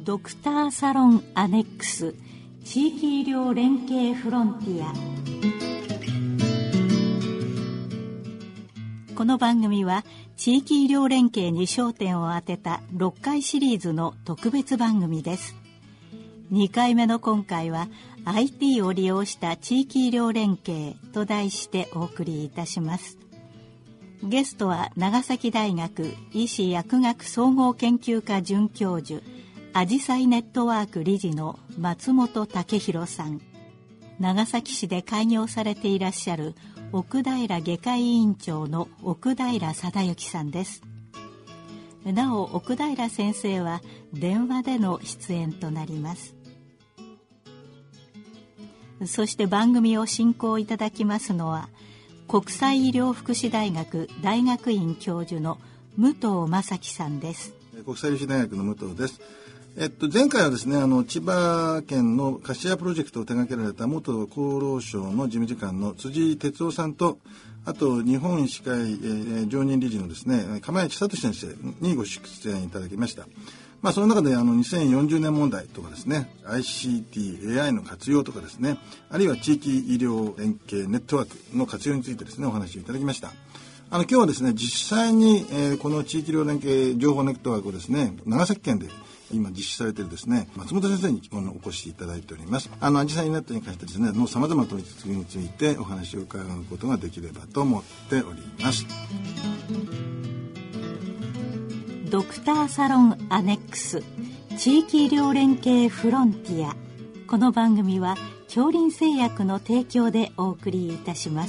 ドクターサロンアネックス地域医療連携フロンティア。この番組は地域医療連携に焦点を当てた6回シリーズの特別番組です。2回目の今回は IT を利用した地域医療連携と題してお送りいたします。ゲストは長崎大学医師薬学総合研究科准教授、あじさいネットワーク理事の松本武弘さん、長崎市で開業されていらっしゃる奥平外科医院長の奥平貞之さんです。なお奥平先生は電話での出演となります。そして番組を進行いただきますのは国際医療福祉大学大学院教授の武藤正樹さんです。 国際医療大学の武藤です。前回はですね、千葉県のカシアプロジェクトを手掛けられた元厚労省の事務次官の辻哲夫さんと、あと日本医師会、常任理事のですね釜谷千里先生にご出演いただきました。その中で2040年問題とかですね、 ICT、AI の活用とかですね、あるいは地域医療連携ネットワークの活用についてですねお話をいただきました。今日はですね実際に、この地域医療連携情報ネットワークをですね長崎県で今実施されているですね松本先生にお越しいただいております。アジサイネットに関してですねの様々な取り組みについてお話を伺うことができればと思っております。 ドクターサロンアネックス地域医療連携フロンティア。この番組は杏林製薬の提供でお送りいたします。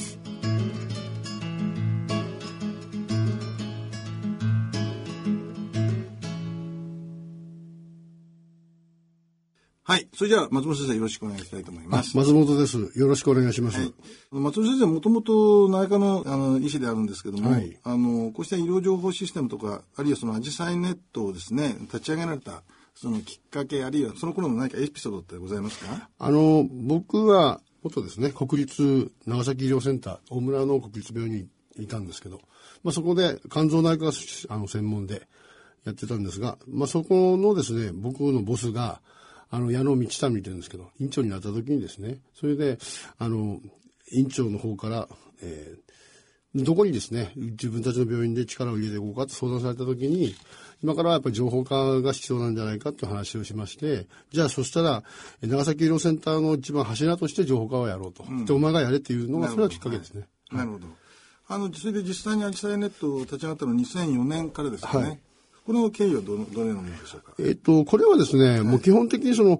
はい。それじゃあ、松本先生よろしくお願いしたいと思います。 松本です。よろしくお願いします。はい、 松本先生もともと内科の医師であるんですけども、はい、こうした医療情報システムとか、あるいはそのアジサイネットをですね、立ち上げられた、そのきっかけ、あるいはその頃の何かエピソードってございますか？ 僕は、元ですね、国立長崎医療センター、大村の国立病院にいたんですけど、そこで肝臓内科が専門でやってたんですが、そこのですね、僕のボスが、矢野道民って言うんですけど、院長になった時にですね、それで、院長の方から、どこにですね、自分たちの病院で力を入れていこうかと相談された時に、今からやっぱり情報化が必要なんじゃないかという話をしまして、じゃあそしたら、長崎医療センターの一番柱として情報化をやろうと。で、お前がやれっていうのが、それがきっかけですね。 なるほど。それで実際にアジサイネットを立ち上がったのは2004年からですよね。はい。この経緯はどのようなものでしょうか。 これはですね、はい、もう基本的に我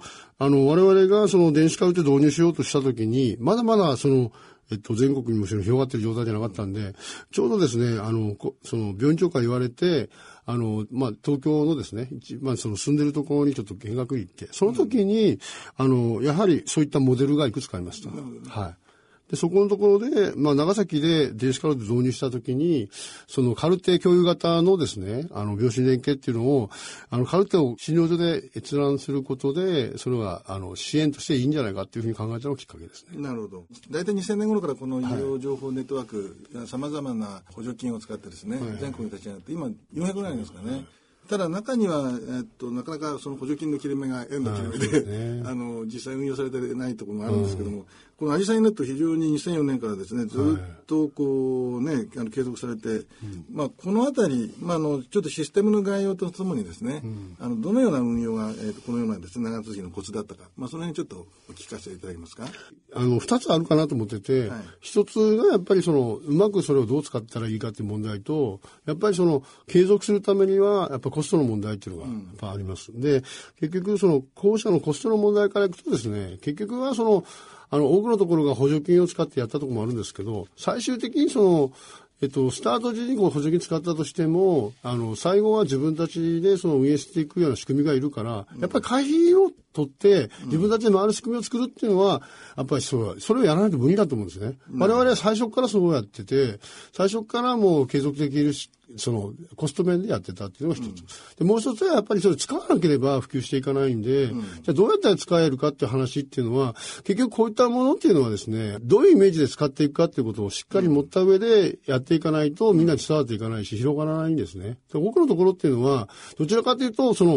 々が電子化で導入しようとしたときに、まだまだ全国にも広がっている状態じゃなかったんで、ちょうどですね、病院長から言われて、東京のですね、住んでるところにちょっと見学に行って、その時に、やはりそういったモデルがいくつかありました。はい。で、そこのところで、長崎で電子カルテ導入したときに、そのカルテ共有型のですね、病診連携っていうのを、カルテを診療所で閲覧することで、それは、支援としていいんじゃないかっていうふうに考えたのがきっかけですね。 なるほど。大体2000年頃からこの医療情報ネットワーク、様々な補助金を使ってですね、全国に立ち上がって、今400ぐらいありますかね。ただ中には、なかなかその補助金の切れ目が円の切れ目で、実際運用されてないところもあるんですけども、このアジサイネット非常に2004年からですね、ずっとこうね、継続されて、このあたり、ちょっとシステムの概要とともにですね、どのような運用が、このようなですね、長続きのコツだったか、その辺ちょっとお聞かせいただけますか。 二つあるかなと思ってて、一つがやっぱりうまくそれをどう使ったらいいかっていう問題と、やっぱり継続するためには、やっぱコストの問題っていうのがやっぱあります。で、結局後者のコストの問題からいくとですね、結局は多くのところが補助金を使ってやったところもあるんですけど、最終的にスタート時に補助金使ったとしても、最後は自分たちで運営していくような仕組みがいるから、やっぱり会費を取って、自分たちで回る仕組みを作るっていうのは、やっぱりそれをやらないと無理だと思うんですね。我々は最初からそうやってて、最初からもう継続できるコスト面でやってたっていうのが一つ。で、もう一つはやっぱりそれ使わなければ普及していかないんで、じゃあどうやったら使えるかっていう話っていうのは、結局こういったものっていうのはですね、どういうイメージで使っていくかっていうことをしっかり持った上でやっていかないとみんなに伝わっていかないし、広がらないんですね。多くのところっていうのは、どちらかというと、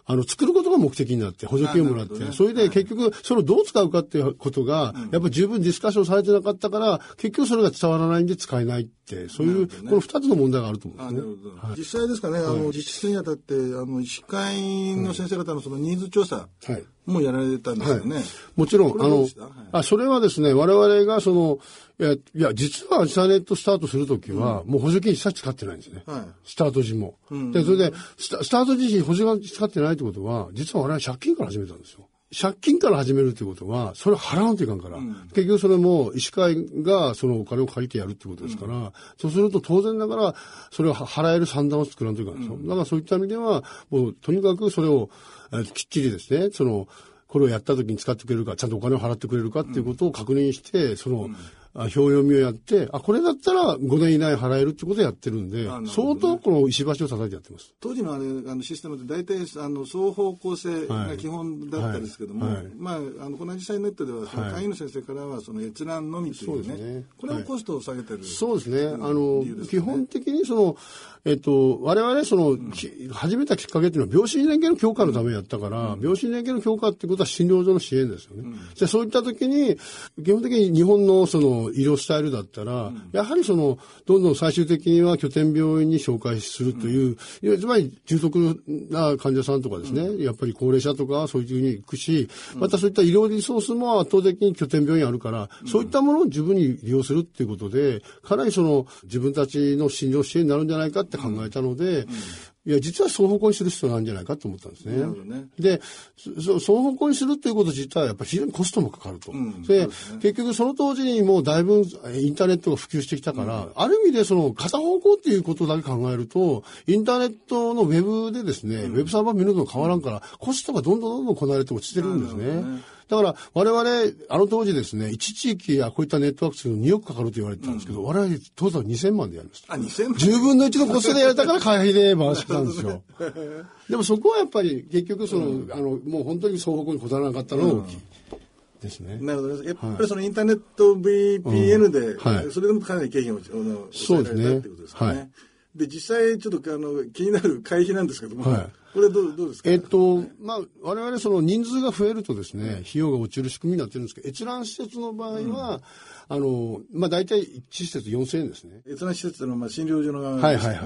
作ることが目的になって補助金をもらって、それで結局それをどう使うかっていうことが、やっぱり十分ディスカッションされてなかったから、結局それが伝わらないんで使えないって、そういう、この二つの問題があると思うんですね。 実際ですかね、実施するにあたって、医師会の先生方のそのニーズ調査もやられたんですよね。 もちろん、それはですね、我々がいや、実はアジサネットスタートするときは、もう補助金一切使ってないんですね。スタート時も。で、それで、スタート時に補助金使ってないってことは、実は我々借金から始めたんですよ。借金から始めるってことは、それを払わんといかんから、結局それも医師会がそのお金を借りてやるってことですから、そうすると当然ながら、それを払える算段を作らんといかんですよ。だからそういった意味では、もうとにかくそれをきっちりですね、これをやった時に使ってくれるか、ちゃんとお金を払ってくれるかっていうことを確認して、表読みをやって、これだったら5年以内払えるってことをやってるんで、相当この石橋を叩いてやってます。 当時のシステムって大体双方向性が基本だったんですけども、このアジサイネットではその会員の先生からはその閲覧のみというね、これもコストを下げてる。 そうですね。基本的に我々始めたきっかけっていうのは病死連携の強化のためやったから、病死連携の強化っていうことは診療所の支援ですよね。じゃあそういった時に、基本的に日本の医療スタイルだったら、やはりどんどん最終的には拠点病院に紹介するという、つまり重篤な患者さんとかですね、やっぱり高齢者とかそういうふうに行くし、またそういった医療リソースも圧倒的に拠点病院あるから、そういったものを十分に利用するっていうことで、かなり自分たちの診療支援になるんじゃないかって考えたので、いや、実は双方向にする必要なんじゃないかと思ったんですね。で、双方向にするということ自体はやっぱり非常にコストもかかると。で、結局その当時にもうだいぶインターネットが普及してきたから、ある意味で片方向っていうことだけ考えると、インターネットのウェブでですね、ウェブサーバー見るのと変わらんから、コストがどんどんこなれて落ちてるんですね。だから我々、当時ですね、一地域やこういったネットワークするのに2億かかると言われてたんですけど、我々当時は2000万でやりました。 2000万 10分の1のコストでやれたから会費で回してたんですよ。でもそこはやっぱり結局もう本当に双方向にこだわらなかったのが大きい。ですね。 なるほど。やっぱりインターネット VPN で、それでもかなり経費を抑えられたってことですかね。で、実際ちょっと気になる会費なんですけども、これどうですか？ 我々人数が増えるとですね、費用が落ちる仕組みになってるんですけど、閲覧施設の場合は、大体1施設4000円ですね。 閲覧施設の診療所の側ですね。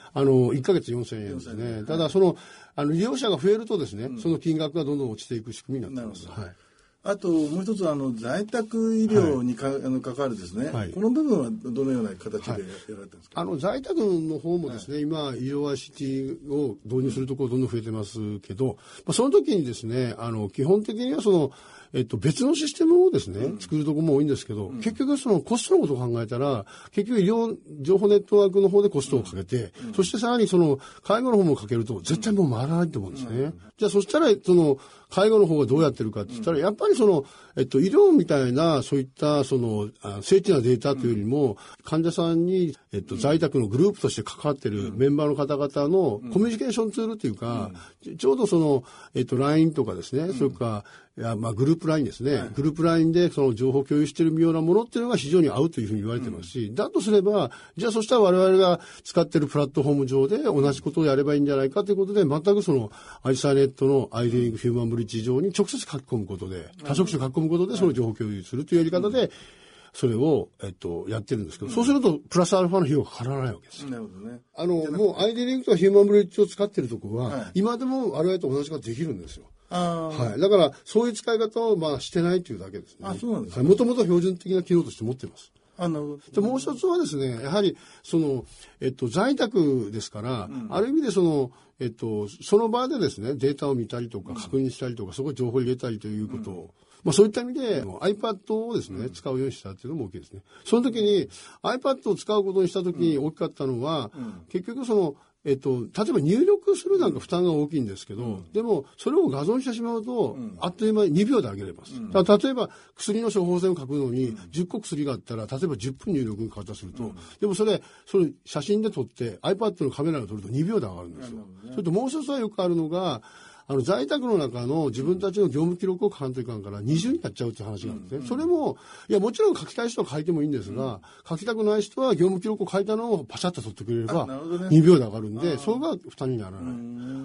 1ヶ月4000円ですね。ただ利用者が増えるとですね、その金額がどんどん落ちていく仕組みになってます。 あともう一つ在宅医療に関わるですね、この部分はどのような形でやられてるんですか？ 在宅の方もですね、今医療 ICT を導入するところどんどん増えてますけど、その時にですね、基本的には別のシステムをですね、作るところも多いんですけど、結局コストのことを考えたら、結局医療情報ネットワークの方でコストをかけて、そしてさらに介護の方もかけると、絶対もう回らないと思うんですね。じゃあそしたら、介護の方がどうやってるかって言ったら、やっぱり医療みたいな、そういった精緻なデータというよりも、患者さんに、在宅のグループとして関わっているメンバーの方々のコミュニケーションツールというか、ちょうどLINE とかですね、それからグループ LINE ですね。グループ LINE で情報共有しているようなものっていうのが非常に合うというふうに言われてますし、だとすれば、じゃあそしたら我々が使っているプラットフォーム上で同じことをやればいいんじゃないかということで、全くアジサイネットのアイデリングヒューマンブリッジ上に直接書き込むことで、多職種書き込むことでその情報共有するというやり方で、それを、やってるんですけど、そうすると、プラスアルファの費用がかからないわけです。 なるほどね。 もう、アイデリングとかヒューマンブリッジを使っているところは、今でも我々と同じことができるんですよ。だから、そういう使い方を、してないというだけですね。 そうなんですね。 もともと標準的な機能として持っています。もう一つはですね、やはり、在宅ですから、ある意味でその場でですね、データを見たりとか、確認したりとか、そこに情報を入れたりということを、そういった意味で iPad をですね、使うようにしたっていうのも大きいですね。その時に iPad を使うことにした時に大きかったのは、結局例えば入力するなんか負担が大きいんですけど、でもそれを画像にしてしまうと、あっという間に2秒で上げれます。例えば薬の処方箋を書くのに10個薬があったら、例えば10分入力に変わったとすると、でもそれ写真で撮って iPad のカメラで撮ると2秒で上がるんですよ。それともう一つはよくあるのが、在宅の中の自分たちの業務記録を書かんといかんから二重になっちゃうっていう話があるんですね。それも、もちろん書きたい人は書いてもいいんですが、書きたくない人は業務記録を書いたのをパシャッと取ってくれれば、2秒で上がるんで、それが負担にならない。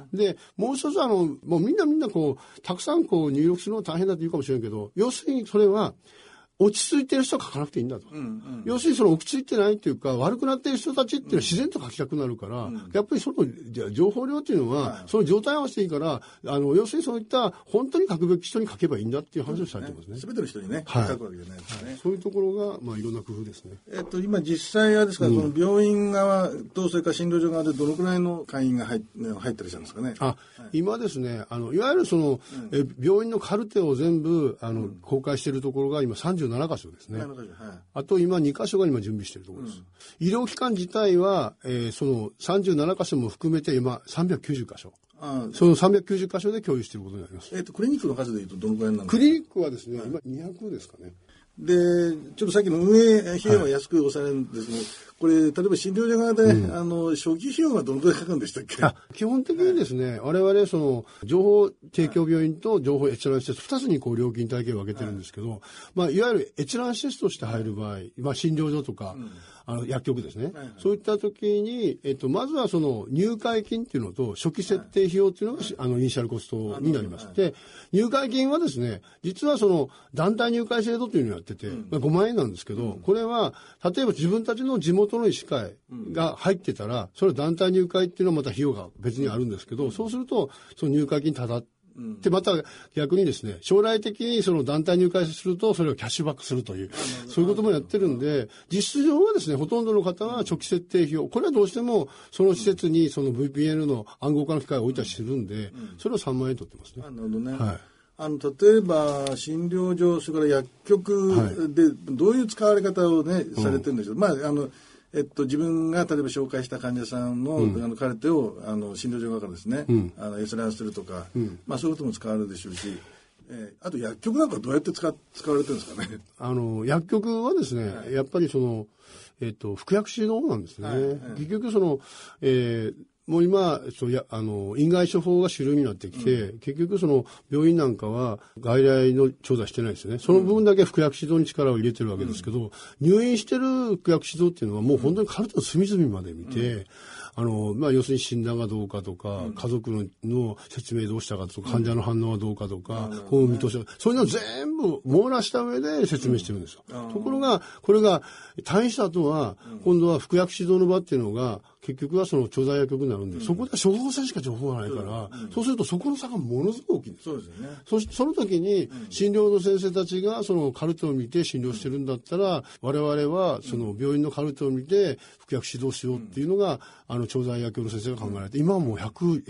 で、もう一つもうみんなこう、たくさんこう入力するのは大変だと言うかもしれんけど、要するにそれは、落ち着いてる人は書かなくていいんだと。要するにその落ち着いてないというか、悪くなっている人たちっていうのは自然と書きたくなるから、やっぱりその情報量っていうのは、その状態合わせていいから、要するにそういった本当に書くべき人に書けばいいんだっていう話をされてますね。 すべての人にね、書くわけじゃないですね。 そういうところが、いろんな工夫ですね。 今実際はですから、その病院側と、それから診療所側でどのくらいの会員が入ってるじゃんですかね。 今ですね、いわゆるその、病院のカルテを全部、公開しているところが今37箇所ですね。あと今2箇所が今準備しているところです。医療機関自体は、その37箇所も含めて今390箇所。その390箇所で共有していることになります。 クリニックの数でいうとどのくらいなんですか？ クリニックはですね、今200ですかね。 で、ちょっとさっきの運営費用は安く抑えるんですけど、これ、例えば診療所側で、初期費用はどのくらいかかるんでしたっけ？ 基本的にですね、我々、その、情報提供病院と情報閲覧施設、2つにこう、料金体系を分けてるんですけど、いわゆる閲覧施設として入る場合、診療所とか、薬局ですね。そういった時に、まずはその入会金っていうのと初期設定費用っていうのが、イニシャルコストになります。で、入会金はですね、実はその団体入会制度というのをやってて、5万円なんですけど、これは、例えば自分たちの地元の医師会が入ってたら、それ団体入会っていうのはまた費用が別にあるんですけど、そうすると、その入会金ただで、また逆にですね、将来的にその団体入会すると、それをキャッシュバックするという、そういうこともやってるんで、実質上はですね、ほとんどの方は初期設定費用、これはどうしてもその施設にその VPN の暗号化の機械を置いたりするんで、それを3万円取ってますね。 なるほどね。例えば診療所、それから薬局でどういう使われ方をね、されてるんでしょう。自分が例えば紹介した患者さんの、カルテを診療所側からですね、閲覧するとか、そういうことも使われるでしょうし、あと薬局なんかどうやって使われてるんですかね。 薬局はですね、やっぱりその、服薬指導なんですね。結局その、もう今、院外処方が主流になってきて、結局その病院なんかは外来の調査してないですよね。その部分だけ服薬指導に力を入れてるわけですけど、入院してる服薬指導っていうのはもう本当にカルテの隅々まで見て、要するに診断がどうかとか、家族の説明どうしたかとか、患者の反応はどうかとか、こう見通し、そういうのを全部網羅した上で説明してるんですよ。ところが、これが退院した後は、今度は服薬指導の場っていうのが、結局はその調剤薬局になるんで、そこでは処方箋しか情報がないから、そうするとそこの差がものすごく大きいんです。 そうですよね。 その時に、診療の先生たちがそのカルテを見て診療してるんだったら、我々はその病院のカルテを見て服薬指導しようっていうのが、調剤薬局の先生が考えられて、今はもう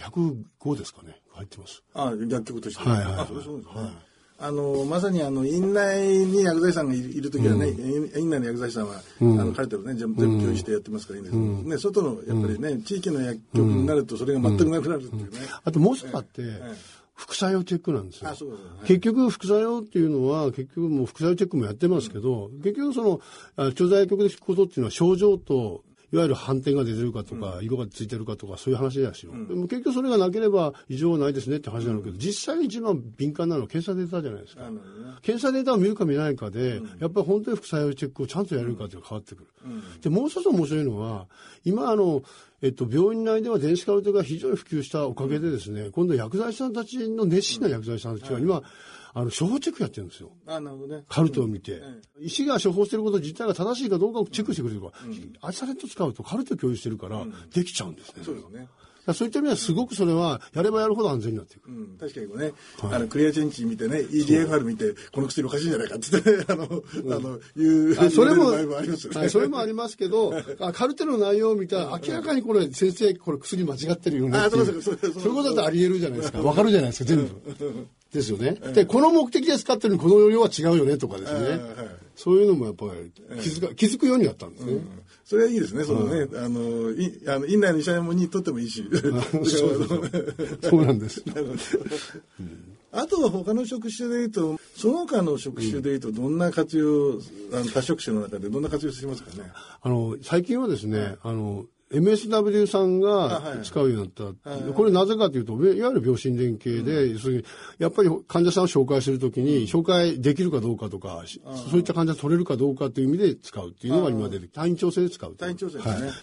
105ですかね、入ってます。 薬局として。そうですね。まさに院内に薬剤師さんがいるときはね、院内の薬剤師さんは、カルテをね、全部共有してやってますからいいんですけど、ね、外の、やっぱりね、地域の薬局になると、それが全くなくなるっていうね。 あともう一つあって、副作用チェックなんですよ。結局副作用っていうのは、結局もう副作用チェックもやってますけど、結局その、調剤薬局で聞くことっていうのは症状と、いわゆる斑点が出てるかとか、色がついてるかとか、そういう話ですよ。でも結局それがなければ異常はないですねって話なのけど、実際に一番敏感なのは検査データじゃないですか。検査データを見るか見ないかで、やっぱり本当に副作用チェックをちゃんとやれるかっていうのが変わってくる。で、もう一つ面白いのは、今病院内では電子カルテが非常に普及したおかげでですね、今度薬剤師さんたちの熱心な薬剤師さんたちが今、処方チェックやってるんですよ。 なるほどね。 カルテを見て。医師が処方していること自体が正しいかどうかをチェックしてくれるとか、アジサレット使うとカルテを共有してるから、できちゃうんですね。 そうですね。 そういった意味ではすごくそれはやればやるほど安全になっていく。 確かにね、クリアチェンジ見てね、EGFR 見て、この薬おかしいんじゃないかって言って、 それもありますよね。それもありますけど、カルテの内容を見たら、明らかにこれ、先生、これ薬間違ってるよねっていう。そういうことだとあり得るじゃないですか。わかるじゃないですか、全部。ですよね。で、この目的で使ってるのにこの量は違うよねとかですね。そういうのもやっぱり気づくようになったんですね。 それはいいですね。そのね、院内の医者にとってもいいし。 そうなんです。 あとは他の職種でいうと、その他の職種でいうと、どんな活用、他職種の中でどんな活用しますかね。 最近はですね、MSW さんが使うようになった。これなぜかというと、いわゆる病診連携で、やっぱり患者さんを紹介するときに、紹介できるかどうかとか、そういった患者取れるかどうかという意味で使うっていうのが今出てきて、単位調整で使う。 単位調整ですね。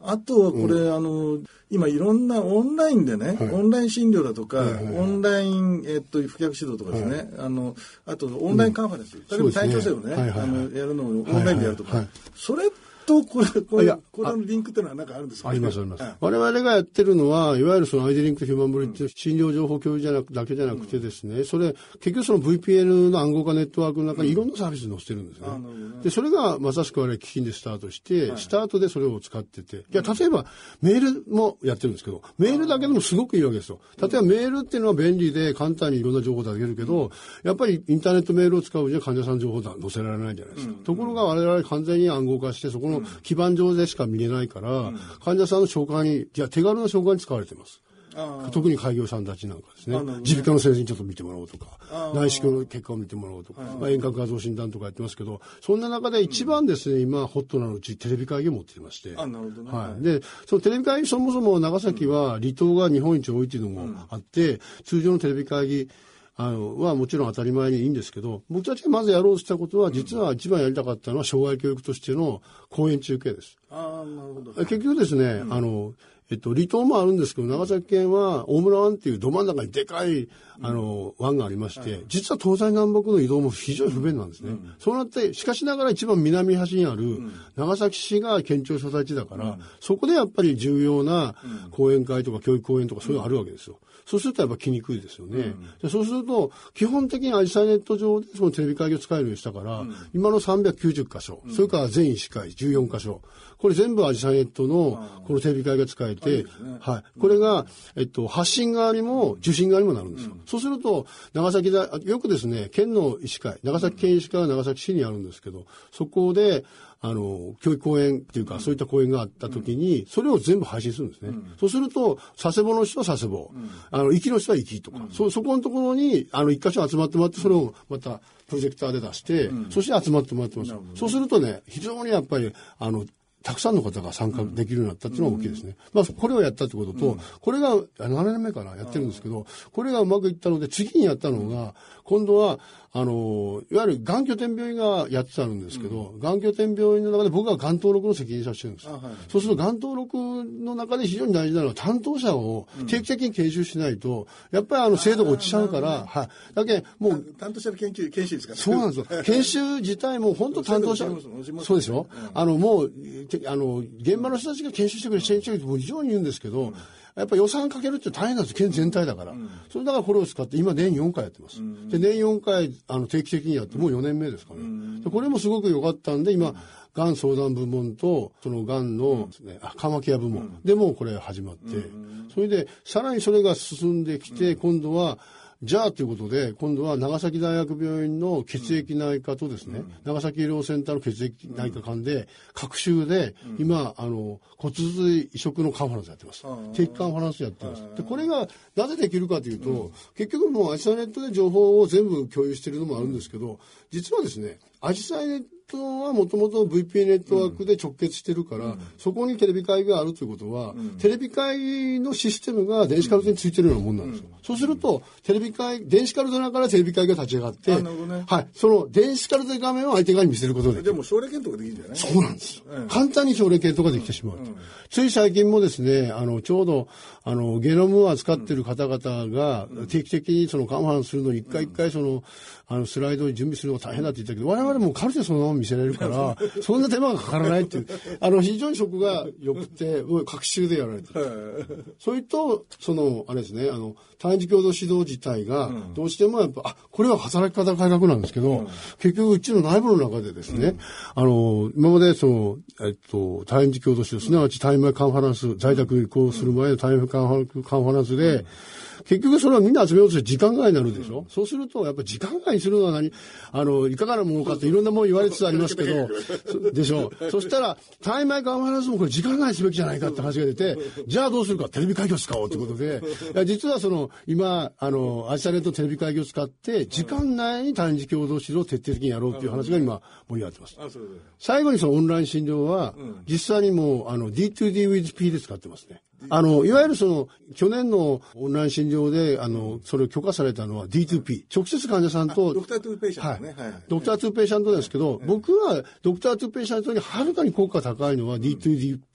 あと、これ、今いろんなオンラインでね、オンライン診療だとか、オンライン、不客指導とかですね、あと、オンラインカンファレンス、例えば体調整をね、やるのをオンラインでやるとか、それと、これのリンクっていうのは何かあるんですか？ あります、あります。我々がやってるのは、いわゆるそのアイデリンクヒューマンブリッジ診療情報共有だけじゃなくてですね、それ、結局その VPN の暗号化ネットワークの中にいろんなサービス載せてるんですね。で、それがまさしく我々基金でスタートして、スタートでそれを使ってて、例えばメールもやってるんですけど、メールだけでもすごくいいわけですよ。例えばメールっていうのは便利で簡単にいろんな情報を出せるけど、やっぱりインターネットメールを使うには患者さんの情報は載せられないじゃないですか。ところが我々完全に暗号化して、そこの基盤上でしか見れないから、患者さんの紹介に、手軽な紹介に使われています。特に開業さんたちなんかですね、耳鼻科の先生にちょっと見てもらおうとか、内視鏡の結果を見てもらおうとか、遠隔画像診断とかやってますけど、そんな中で一番ですね、今ホットなのうちテレビ会議を持っていまして、で、そのテレビ会議そもそも長崎は離島が日本一多いというのもあって、通常のテレビ会議はもちろん当たり前にいいんですけど、僕たちがまずやろうとしたことは、実は一番やりたかったのは障害教育としての講演中継です。結局ですね、離島もあるんですけど、長崎県は大村湾っていうど真ん中にでかい、湾がありまして、実は東西南北の移動も非常に不便なんですね。そうなって、しかしながら一番南端にある長崎市が県庁所在地だから、そこでやっぱり重要な講演会とか教育講演とかそういうのあるわけですよ。そうするとやっぱ来にくいですよね。そうすると、基本的にアジサイネット上でそのテレビ会議を使えるようにしたから、今の390箇所、それから全医師会14箇所、これ全部アジサイネットのこのテレビ会が使えて、これが、発信側にも受信側にもなるんですよ。そうすると、長崎だ、よくですね、県の医師会、長崎県医師会は長崎市にあるんですけど、そこで、教育講演っていうか、そういった講演があった時に、それを全部配信するんですね。そうすると、佐世保の人は佐世保、壱岐の人は壱岐とか、そこのところに、一箇所集まってもらって、それをまた、プロジェクターで出して、そして集まってもらってます。そうするとね、非常にやっぱり、たくさんの方が参加できるようになったっていうのは大きいですね。これをやったってことと、これが7年目かな、やってるんですけど、これがうまくいったので、次にやったのが、今度は、いわゆるがん拠点病院がやってたんですけど、がん拠点病院の中で僕はがん登録の責任者をしてるんです。そうするとがん登録の中で非常に大事なのは担当者を定期的に研修しないと、やっぱり精度が落ちちゃうから、だけもう、 担当者の研修ですか？ そうなんですよ。研修自体も本当担当者、そうでしょ？もう、現場の人たちが研修してくれ、もう非常に言うんですけど、やっぱ予算かけるって大変なんですよ、県全体だから。それだからこれを使って、今年4回やってます。で、年4回、定期的にやって、もう4年目ですかね。でこれもすごく良かったんで、今、がん相談部門と、そのがんの、緩和ケア部門でもこれ始まって、それで、さらにそれが進んできて、今度は、じゃあということで、今度は長崎大学病院の血液内科とですね、長崎医療センターの血液内科間で、各週で、今、骨髄移植のカンファレンスやってます。定期カンファレンスやってます。で、これがなぜできるかというと、結局もうアジサイネットで情報を全部共有しているのもあるんですけど、実はですね、アジサイネットはもともと VPN ネットワークで直結してるから、そこにテレビ会議があるということは、テレビ会議のシステムが電子カルテについてるようなもんなんですよ。そうすると、電子カルテの中からテレビ会議が立ち上がって、その電子カルテ画面を相手側に見せることができる。 でも症例検討ができるんじゃない？ そうなんですよ。簡単に症例検討ができてしまう。つい最近もですね、ちょうど、ゲノムを扱っている方々が定期的にそのカンファレンスするのに一回その、スライドに準備するのが大変だって言ったけど、我々もカルテそのまま見せられるから、そんな手間がかからないっていう、非常に職が良くて、各週でやられてる。それと、あれですね、単一共同指導自体が、どうしてもやっぱ、これは働き方改革なんですけど、結局うちの内部の中でですね、今まで単一共同指導、すなわちタイムカンファレンス、在宅移行する前のタイムカンファレンスで、結局それはみんな集めようとして時間外になるでしょ。そうすると、やっぱり時間外にするのはいかがなものかっていろんなもの言われつつありますけど、でしょ。そしたら、タイムカンファレンスもこれ時間外にすべきじゃないかって話が出て、じゃあどうするか、テレビ会議を使おうということで、実は今、アジサイネットテレビ会議を使って、時間内に単一共同指導を徹底的にやろうっていう話が今、盛り上がってます。最後にオンライン診療は、実際にもう、D2D with P で使ってますね。いわゆる去年のオンライン診療で、それを許可されたのは D2P。直接患者さんと、 ドクタートゥーペイシャントね。 ドクタートゥーペイシャントですけど、僕はドクタートゥーペイシャントにはるかに効果が高いのは D2D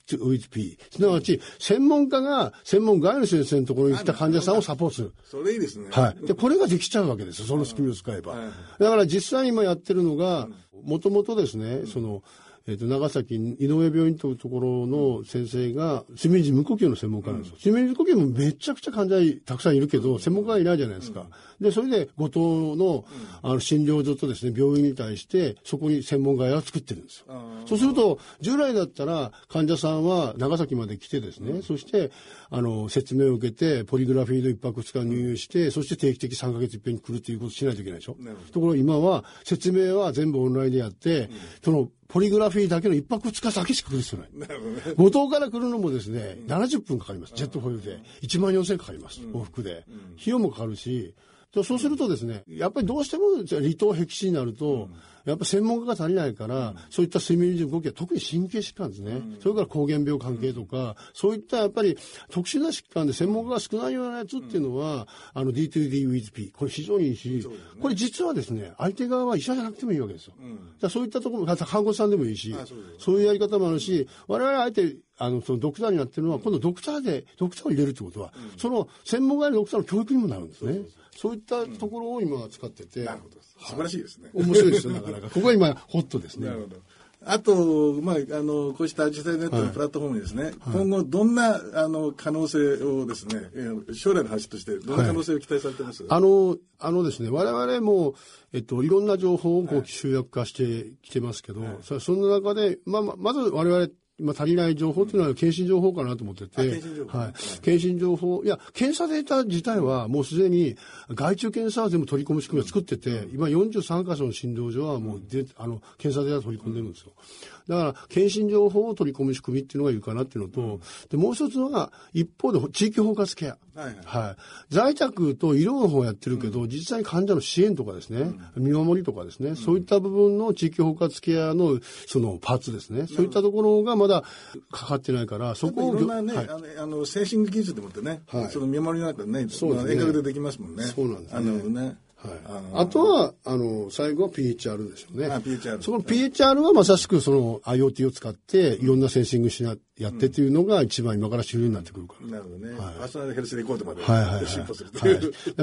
with P。すなわち、専門家が専門外の先生のところに来た患者さんをサポートする。 それいいですね。 はい。で、これができちゃうわけですよ。その仕組みを使えば。だから実際に今やってるのが、もともとですね、長崎井上病院というところの先生が睡眠時無呼吸の専門家なんですよ。睡眠時呼吸もめちゃくちゃ患者たくさんいるけど、専門家がいないじゃないですか。で、それで後藤の、診療所とですね、病院に対して、そこに専門外来を作ってるんですよ。そうすると、従来だったら患者さんは長崎まで来てですね、そして、説明を受けて、ポリグラフィード1泊2日入院して、そして定期的3ヶ月いっぺんに来るということをしないといけないでしょ。ところが今は、説明は全部オンラインでやって、ポリグラフィーだけの1泊2日だけしか来る必要ない。なるほどね。後藤から来るのもですね、70分かかります。ジェットフォイルで。14,000円かかります。往復で。費用もかかるし、そうするとですね、やっぱりどうしても離島僻地になると、やっぱ専門家が足りないから、そういった睡眠時無呼吸は特に神経疾患ですね。それから膠原病関係とか、そういったやっぱり特殊な疾患で専門家が少ないようなやつっていうのは、D2D with P、これ非常にいいし、これ実はですね、相手側は医者じゃなくてもいいわけですよ。そういったところ、看護師さんでもいいし、そういうやり方もあるし、我々あえてそのドクターになってるのは、今度ドクターを入れるってことは、その専門外のドクターの教育にもなるんですね。そういったところを今使ってて。 なるほど。素晴らしいですね。 面白いですよ、なかなか。ここが今、ホットですね。 なるほど。あと、こうしたアジサイネットのプラットフォームにですね、今後どんな、可能性をですね、将来の話として、どんな可能性を期待されてます？ ですね、我々も、いろんな情報を集約化してきてますけど、その中で、まず我々、足りない情報というのは検診情報かなと思ってて、検診情報、いや、検査データ自体はもうすでに外注検査は全部取り込む仕組みを作ってて、今43カ所の診療所はもう検査データ取り込んでるんですよ。だから、検診情報を取り込む仕組みっていうのがいるかなっていうのと、で、もう一つは、一方で地域包括ケア。在宅と医療の方をやってるけど、実際に患者の支援とかですね、見守りとかですね、そういった部分の地域包括ケアのそのパーツですね、そういったところがまだかかってないから、そこを。 いろんなね、精神技術でもってね、その見守りなんかね、遠隔でできますもんね。 そうなんですね。あとは、最後は PHR ですよね。その PHR はまさしくその IoT を使って、いろんなセンシングやってっていうのが一番今から主流になってくるから。 なるほどね。パーソナルヘルスレコードまで進歩するという。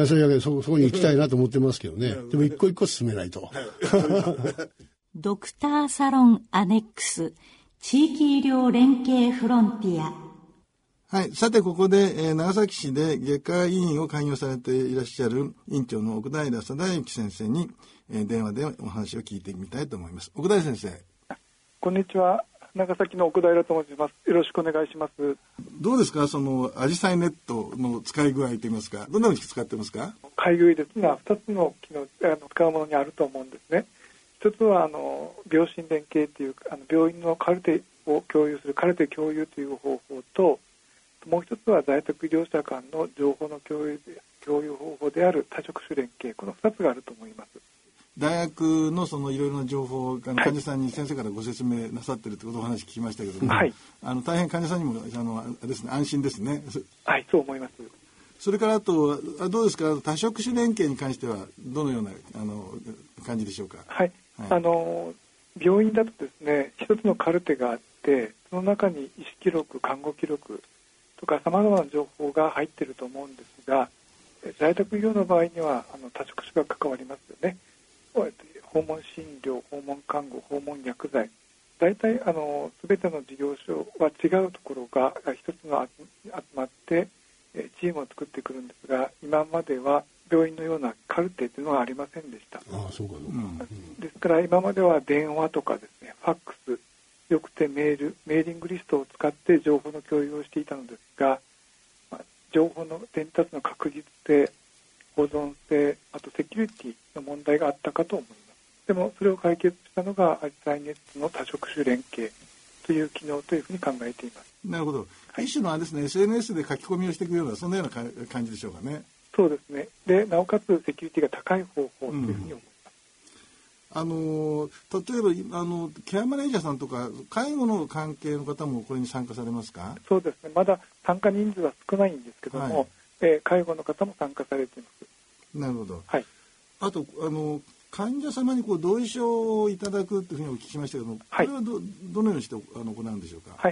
それだけそこに行きたいなと思ってますけどね。でも一個一個進めないと。 ドクターサロンアネックス、地域医療連携フロンティア。 はい。さて、ここで、長崎市で外科医院を開業されていらっしゃる院長の奥平貞之先生に、電話でお話を聞いてみたいと思います。奥平先生。 こんにちは。長崎の奥平と申します。よろしくお願いします。 どうですか、そのアジサイネットの使い具合といいますか、どんなふうに使ってますか？ 開業医ですが、2つの機能使うものにあると思うんですね。一つは病診連携という病院のカルテを共有するカルテ共有という方法と、もう一つは在宅医療者間の情報の共有方法である多職種連携、この2つがあると思います。 大学のそのいろいろな情報を患者さんに先生からご説明なさっているということをお話聞きましたけども、大変患者さんにもですね、安心ですね。 はい、そう思います。 それからあとどうですか、多職種連携に関してはどのような感じでしょうか？ 病院だとですね、一つのカルテがあって、その中に医師記録、看護記録とかさまざまな情報が入っていると思うんですが、在宅医療の場合には多職種が関わりますよね。訪問診療、訪問看護、訪問薬剤、大体全ての事業所は違うところが一つの集まってチームを作ってくるんですが、今までは病院のようなカルテというのはありませんでした。ですから今までは電話とかですね、ファックス、よくてメーリングリストを使って情報の共有をしていたのですが、情報の伝達の確実性、保存性、あとセキュリティの問題があったかと思います。でもそれを解決したのがアジサイネットの多職種連携という機能というふうに考えています。 なるほど。一種のですね、SNS で書き込みをしていくような、そんなような感じでしょうかね。 そうですね。で、なおかつセキュリティが高い方法というふうに思います。 例えばケアマネージャーさんとか介護の関係の方もこれに参加されますか？ そうですね。まだ参加人数は少ないんですけども、介護の方も参加されています。 なるほど。 はい。 あと患者様に同意書をいただくというふうにお聞きしましたけども、これはどのようにして行うんでしょうか？ はい。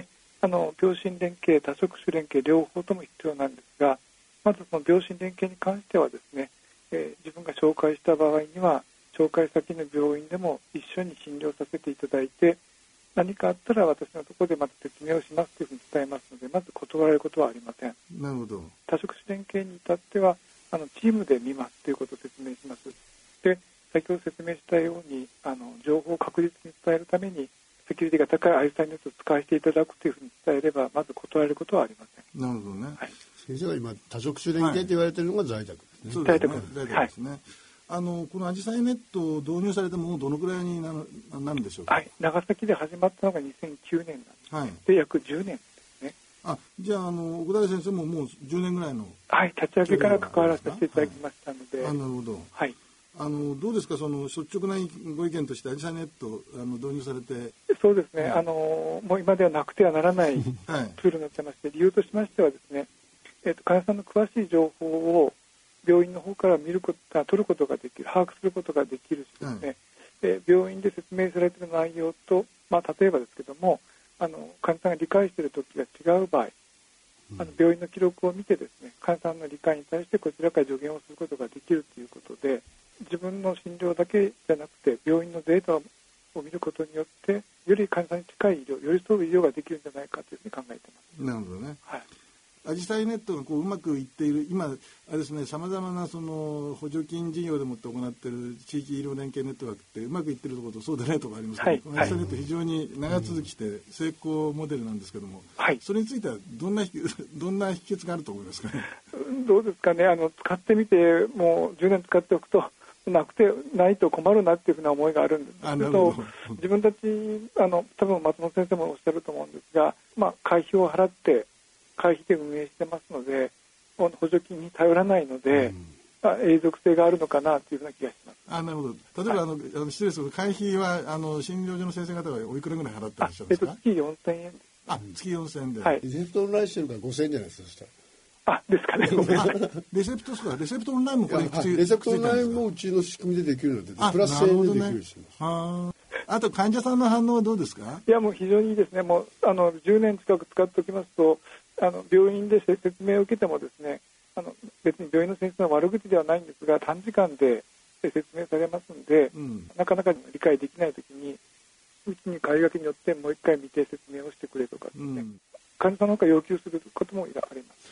病診連携、多職種連携両方とも必要なんですが、まずその病診連携に関してはですね、自分が紹介した場合には紹介先の病院でも一緒に診療させていただいて、何かあったら私のところでまた説明をしますというふうに伝えますので、まず断られることはありません。 なるほど。 多職種連携に至ってはチームで見ますということを説明します。で、先ほど説明したように情報を確実に伝えるためにセキュリティが高いアイスタイネットを使わせていただくというふうに伝えれば、まず断られることはありません。 なるほどね。 はい、先生が今多職種連携と言われているのが在宅ですね。 そうですね。 在宅ですね。このアジサイネットを導入されてもうどのくらいになるんでしょうか。 はい、長崎で始まったのが2009年なんです、 はい、 で約10年ですね。 じゃあ奥田先生ももう10年ぐらいの、 はい、立ち上げから関わらせていただきましたので、 なるほど。 はい、 どうですか、その率直なご意見としてアジサイネット導入されて。 そうですね、もう今ではなくてはならないツールになってまして、理由としましてはですね、患者さんの詳しい情報を病院の方から取ることができる、把握することができるしですね、病院で説明されている内容と、例えばですけども患者さんが理解している時が違う場合、病院の記録を見てですね、患者さんの理解に対してこちらから助言をすることができるということで、自分の診療だけじゃなくて病院のデータを見ることによってより患者さんに近い医療、寄り添う医療ができるんじゃないかというふうに考えています。 なるほどね。 はい、 アジサイネットがうまくいっている今ですね、さまざまなその補助金事業でもって行っている地域医療連携ネットワークってうまくいっているところとそうでないところありますけど、このアジサイネット非常に長続きして成功モデルなんですけども、それについてはどんな秘訣があると思いますかね。 どうですかね、使ってみてもう10年使っておくとないと困るなっていうふうな思いがあるんですけど、自分たち多分松本先生もおっしゃると思うんですが、会費を払って会費で運営してますので補助金に頼らないので、永続性があるのかなというふうな気がします。 なるほど。例えば、失礼ですけど会費は診療所の先生方はおいくらぐらい払ってらっしゃるんですか。 月4000円です。 月4000円で。 レセプトオンラインしてるから5000円じゃないですか。そしたらですかね。ごめんなさい。 レセプトですか。レセプトオンラインもこれレセプトオンラインもうちの仕組みでできるのでプラス1000円でできるします。 あと患者さんの反応はどうですか。 いやもう非常にいいですね。もう10年近く使っておきますと病院で説明を受けてもですね、別に病院の先生の悪口ではないんですが短時間で説明されますので、なかなか理解できないときにうちに帰りがけによってもう一回見て説明をしてくれとかですね、患者さんの方が要求することもあります。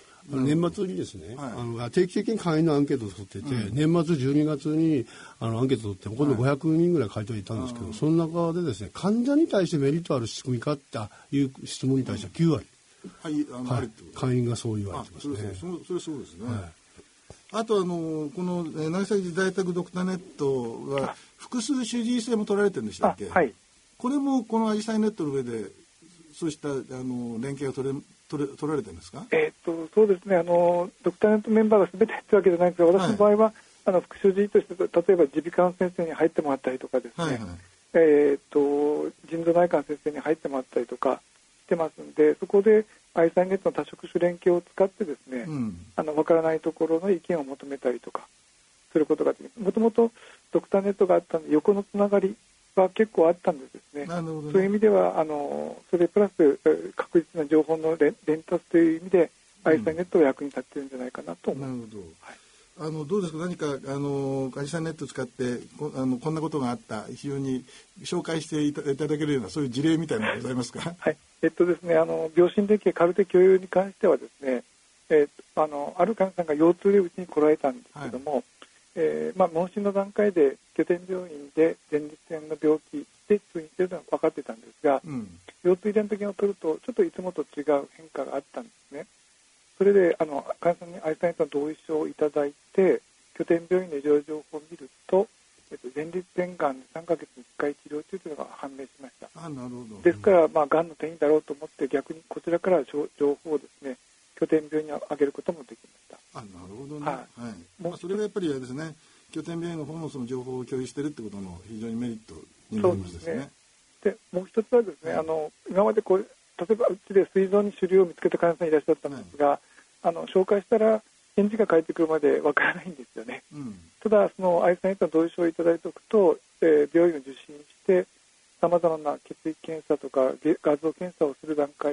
年末にですね、定期的に会員のアンケートを取っていて、年末12月にアンケートを取って今度500人ぐらい回答いたんですけど、その中でですね、患者に対してメリットある仕組みかっていう質問に対しては9割、会員がそう言われてますね。 それそうですね。あとこの長崎在宅ドクターネットは複数主治医制も取られてるんでしたっけ。これもこのアジサイネットの上でそうした連携が取られてるんですか。 そうですね、ドクターネットメンバーが全てってわけじゃないんですが、私の場合は、副主治医として例えば耳鼻科の先生に入ってもらったりとかですね、腎臓内科の先生に入ってもらったりとかしてますんで、そこでアイサイネットの多職種連携を使ってですね、分からないところの意見を求めたりとかすることができます。もともとドクターネットがあったので横のつながりは結構あったんですね。そういう意味ではそれプラス確実な情報の伝達という意味でアイサイネットが役に立っているんじゃないかなと思います。 どうですか、何かアジサイネットを使ってこんなことがあった、非常に紹介していただけるようなそういう事例みたいなのございますか。 ですね、病診連携カルテ共有に関してはですね、ある患者さんが腰痛でうちに来られたんですけども、問診の段階で拠点病院で前立腺の病気で通院しているのは分かってたんですが、腰痛遺伝的を取るとちょっといつもと違う変化があったんですね。それで患者さんにアイサイネットの同意書をいただいて拠点病院の医療情報を見ると、前立腺がんで3ヶ月に1回治療中というのが判明しました。ですから、がんの転移だろうと思って逆にこちらから情報をですね拠点病院に上げることもできました。 なるほどね。それがやっぱりですね、拠点病院の方のその情報を共有しているってことの非常にメリットになりますですね。 でもう一つはですね、今まで例えばうちで膵臓に腫瘍を見つけた患者さんいらっしゃったんですが、紹介したら返事が返ってくるまでわからないんですよね。ただそのアイサイネットの同意書をいただいておくと、病院を受診してさまざまな血液検査とか画像検査をする段階、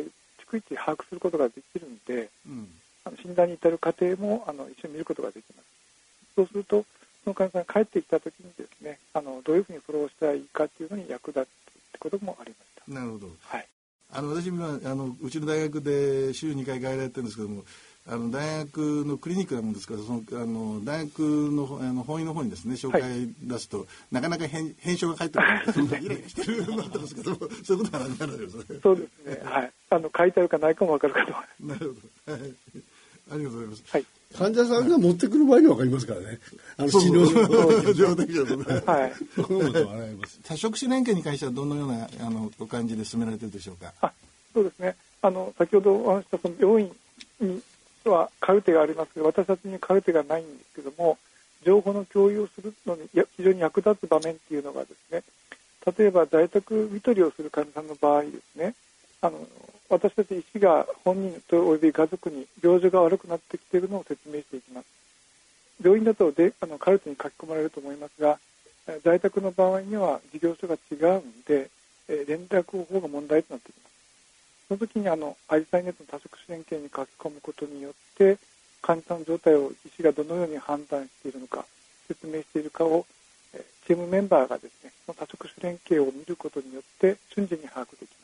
逐一把握することができるんで、診断に至る過程も一緒に見ることができます。そうするとその患者さんが帰ってきたときにですね、どういうふうにフォローしたらいいかというのに役立つってこともありました。 なるほど。 はい。 私今うちの大学で週2回外来やってるんですけども、大学のクリニックなもんですから、その大学の本院の方にですね紹介出すと、なかなか返書が返ってこないでイライラしてるようになってますけど、そういうことはならないですね。 そうですね。はい。書いてあるかないかも分かるかと思います。 なるほど。はい。ありがとうございます。 はい。 患者さんが持ってくる前に分かりますからね。診療所のはい。 多職種連携に関してはどのようなお感じで進められているでしょうか。 そうですね。先ほどお話したその病院にはカルテがありますけど、私たちにカルテがないんですけども、情報の共有をするのに非常に役立つ場面っていうのがですね、例えば在宅看取りをする患者さんの場合ですね、私たち医師が本人とおよび家族に病状が悪くなってきているのを説明していきます。病院だとカルテに書き込まれると思いますが、在宅の場合には事業所が違うんで、連絡方法が問題となってきます。その時にアジサイネットの多職種連携に書き込むことによって、患者さんの状態を医師がどのように判断しているのか、説明しているかをチームメンバーがですね、その多職種連携を見ることによって瞬時に把握できます。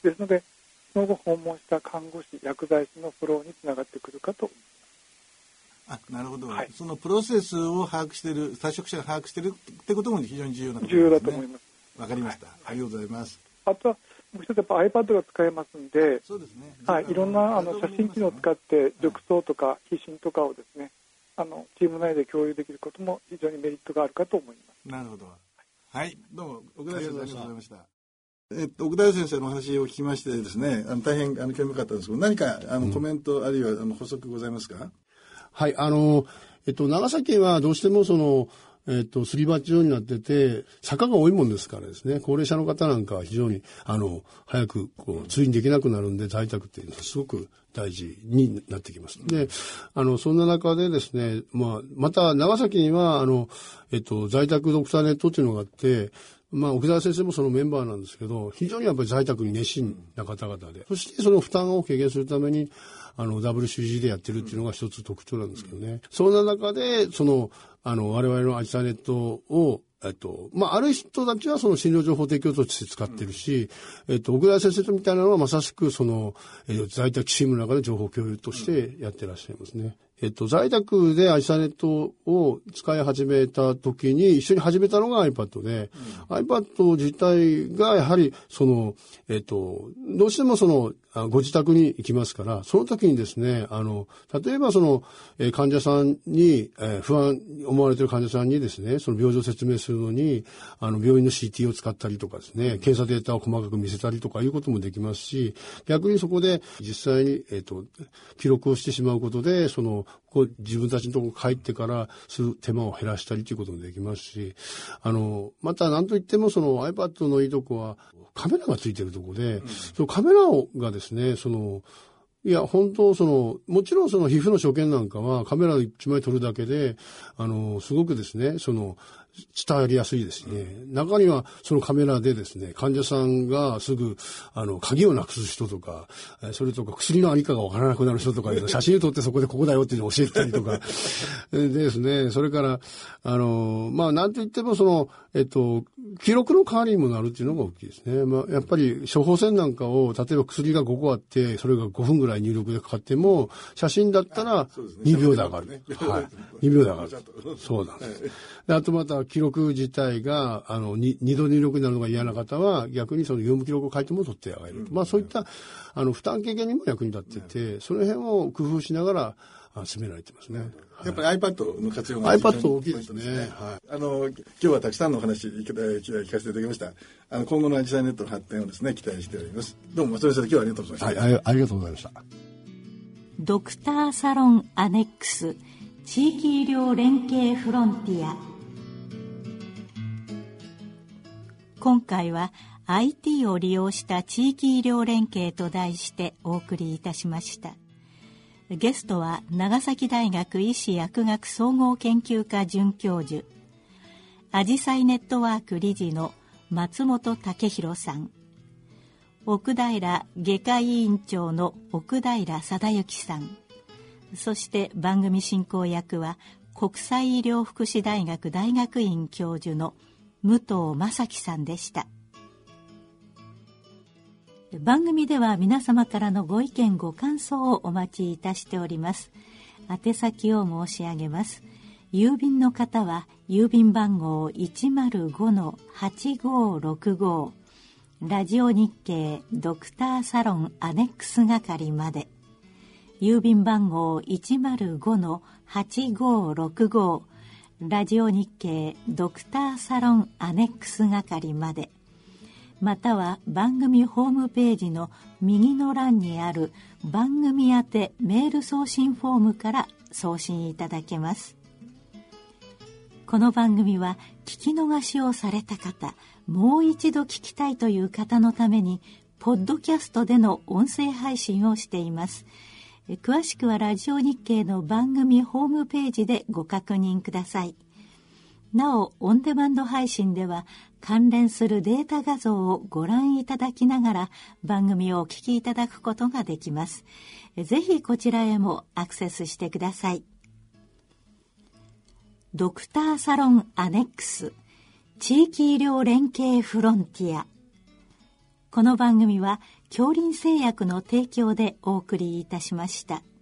ですので、その後訪問した看護師、薬剤師のフォローにつながってくるかと思います。 なるほど、 はい、 そのプロセスを把握している、多職種が把握しているってことも非常に重要なことですね。 重要だと思います。 わかりました、はい、ありがとうございます。 あとはもう一つやっぱ iPad が使えますんで、 そうですね、 はい、いろんな写真機能を使って褥瘡とか皮疹とかをですね、チーム内で共有できることも非常にメリットがあるかと思います。 なるほど。はい、どうも奥田先生ありがとうございました。奥田先生のお話を聞きましてですね、大変興味深かったんですけど、何かコメントあるいは補足ございますか？ はい、長崎はどうしてもすり鉢状になってて、坂が多いもんですからですね、高齢者の方なんかは非常に、早く通院できなくなるんで、在宅っていうのはすごく大事になってきます。で、そんな中でですね、また長崎には、在宅ドクターネットっていうのがあって、奥澤先生もそのメンバーなんですけど、非常にやっぱり在宅に熱心な方々で、そしてその負担を軽減するために、WCG でやってるっていうのが一つ特徴なんですけどね。そんな中で、我々のアジサイネットを、ある人たちはその診療情報提供として使ってるし、奥田先生みたいなのはまさしく在宅チームの中で情報共有としてやってらっしゃいますね。在宅でアジサイネットを使い始めた時に一緒に始めたのが iPad で、iPad 自体がやはりどうしてもご自宅に行きますから、その時にですね、例えば患者さんに、不安に思われている患者さんにですね、その病状を説明するのに、病院の CT を使ったりとかですね、検査データを細かく見せたりとかいうこともできますし、逆にそこで実際に、記録をしてしまうことで、自分たちのところに帰ってからする手間を減らしたりということもできますし、また何といってもiPad のいいとこはカメラがついているところで、そのカメラがですね、いや、本当、もちろん皮膚の所見なんかはカメラで一枚撮るだけで、すごくですね、伝わりやすいですね。中にはそのカメラでですね、患者さんがすぐ、鍵をなくす人とか、それとか薬のありかがわからなくなる人とか、写真を撮ってそこでここだよっていうのを教えたりとか、でですね、それから、なんといっても記録の代わりにもなるっていうのが大きいですね。やっぱり処方箋なんかを、例えば薬が5個あって、それが5分ぐらい入力でかかっても、写真だったら2秒で上がる。はい。2秒で上がる。そうなんです。あとまた記録自体が、2度入力になるのが嫌な方は、逆に業務記録を書いても取ってあげる。そういった、負担軽減にも役に立ってて、その辺を工夫しながら、進められてますね。 やっぱり iPad の活用が iPad 大きいですね。 はい。今日はたくさんのお話聞かせていただきました。今後のアジサイネットの発展をですね、期待しております。どうも松本先生、今日はありがとうございました。 はい、ありがとうございました。 ドクターサロンアネックス地域医療連携フロンティア。今回は IT を利用した地域医療連携と題してお送りいたしました。ゲストは長崎大学医師薬学総合研究科准教授、アジサイネットワーク理事の松本武弘さん、 奥平外科医院長の奥平貞之さん、そして番組進行役は国際医療福祉大学大学院教授の武藤正樹さんでした。番組では皆様からのご意見ご感想をお待ちいたしております。宛先を申し上げます。郵便の方は郵便番号 105-8565 ラジオ日経ドクターサロンアネックス係まで。郵便番号 105-8565 ラジオ日経ドクターサロンアネックス係まで。または番組ホームページの右の欄にある番組宛てメール送信フォームから送信いただけます。この番組は聞き逃しをされた方、もう一度聞きたいという方のためにポッドキャストでの音声配信をしています。詳しくはラジオ日経の番組ホームページでご確認ください。なお、オンデマンド配信では関連するデータ画像をご覧いただきながら番組をお聞きいただくことができます。ぜひこちらへもアクセスしてください。ドクターサロンアネックス地域医療連携フロンティア。この番組は京林製薬の提供でお送りいたしました。